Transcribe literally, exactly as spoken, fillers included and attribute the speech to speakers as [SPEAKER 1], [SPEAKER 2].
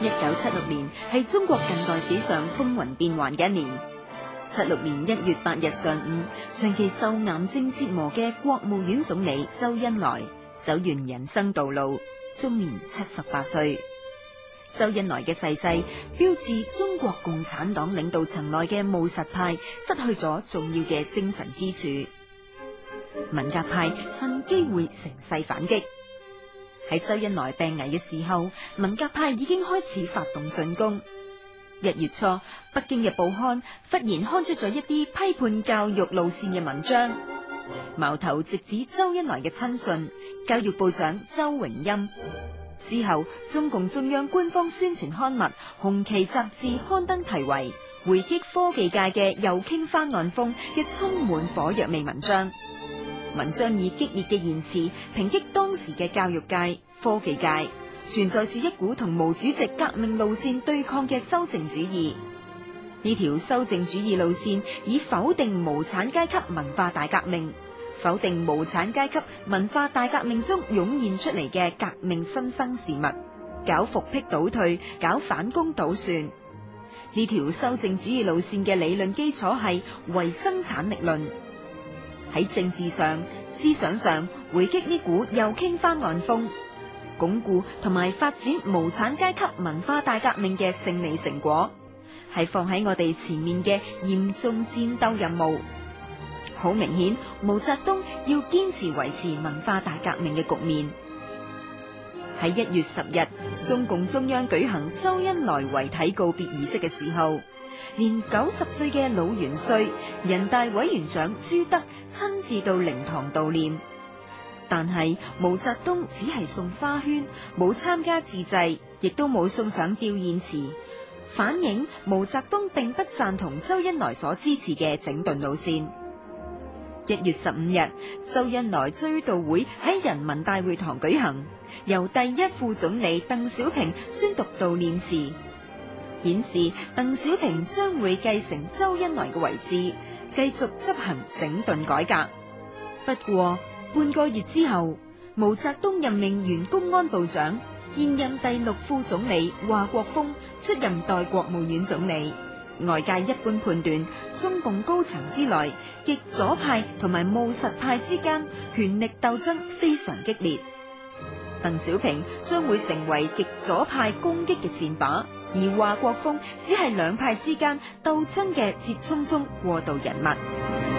[SPEAKER 1] 一九七六年係中國近代史上風雲變幻嘅一年。七六年一月八日上午，長期受癌症折磨嘅國務院總理周恩來走完人生道路，終年七十八歲。周恩來嘅逝世，標誌中國共產黨領導層內嘅務實派失去咗重要嘅精神支柱。文革派趁機會乘勢反擊。喺周恩來病危嘅時候，文革派已經開始發動進攻。一月初，北京日報刊忽然刊出咗一啲批判教育路線嘅文章，矛頭直指周恩來嘅親信教育部長周榮鑫。之後，中共中央官方宣傳刊物《紅旗》雜誌刊登題為《回擊科技界嘅右傾翻案風》嘅充滿火藥味文章。文章以激烈嘅言辭抨擊當時嘅教育界、科技界存在住一股同毛主席革命路線對抗嘅修正主義。呢條修正主義路線以否定無產階級文化大革命，否定無產階級文化大革命中湧現出嚟嘅革命新生事物，搞復辟倒退，搞反攻倒算。呢條修正主義路線嘅理論基礎係唯生產力論。喺政治上、思想上回擊呢股右傾翻案風，鞏固同埋發展無產階級文化大革命嘅勝利成果，係放喺我哋前面嘅嚴重戰鬥任務。好明顯，毛澤東要堅持維持文化大革命嘅局面。喺一月十日，中共中央舉行周恩來遺體告別儀式嘅時候，連九十歲嘅老元帥、人大委員長朱德親自到靈堂悼念，但係毛澤東只係送花圈，冇參加致祭，亦都冇送上吊唁詞，反映毛澤東並不贊同周恩來所支持嘅整頓路線。一月十五日，周恩來追悼會喺人民大會堂舉行，由第一副總理鄧小平宣讀悼念詞，顯示鄧小平將會繼承周恩來嘅遺志，繼續執行整頓改革。不過半個月之後，毛澤東任命原公安部長、現任第六副總理華國鋒出任代國務院總理。外界一般判斷，中共高層之內極左派同埋務實派之間權力鬥爭非常激烈，鄧小平將會成為極左派攻擊嘅箭靶，而華國鋒只係兩派之間鬥爭嘅折衷中過渡人物。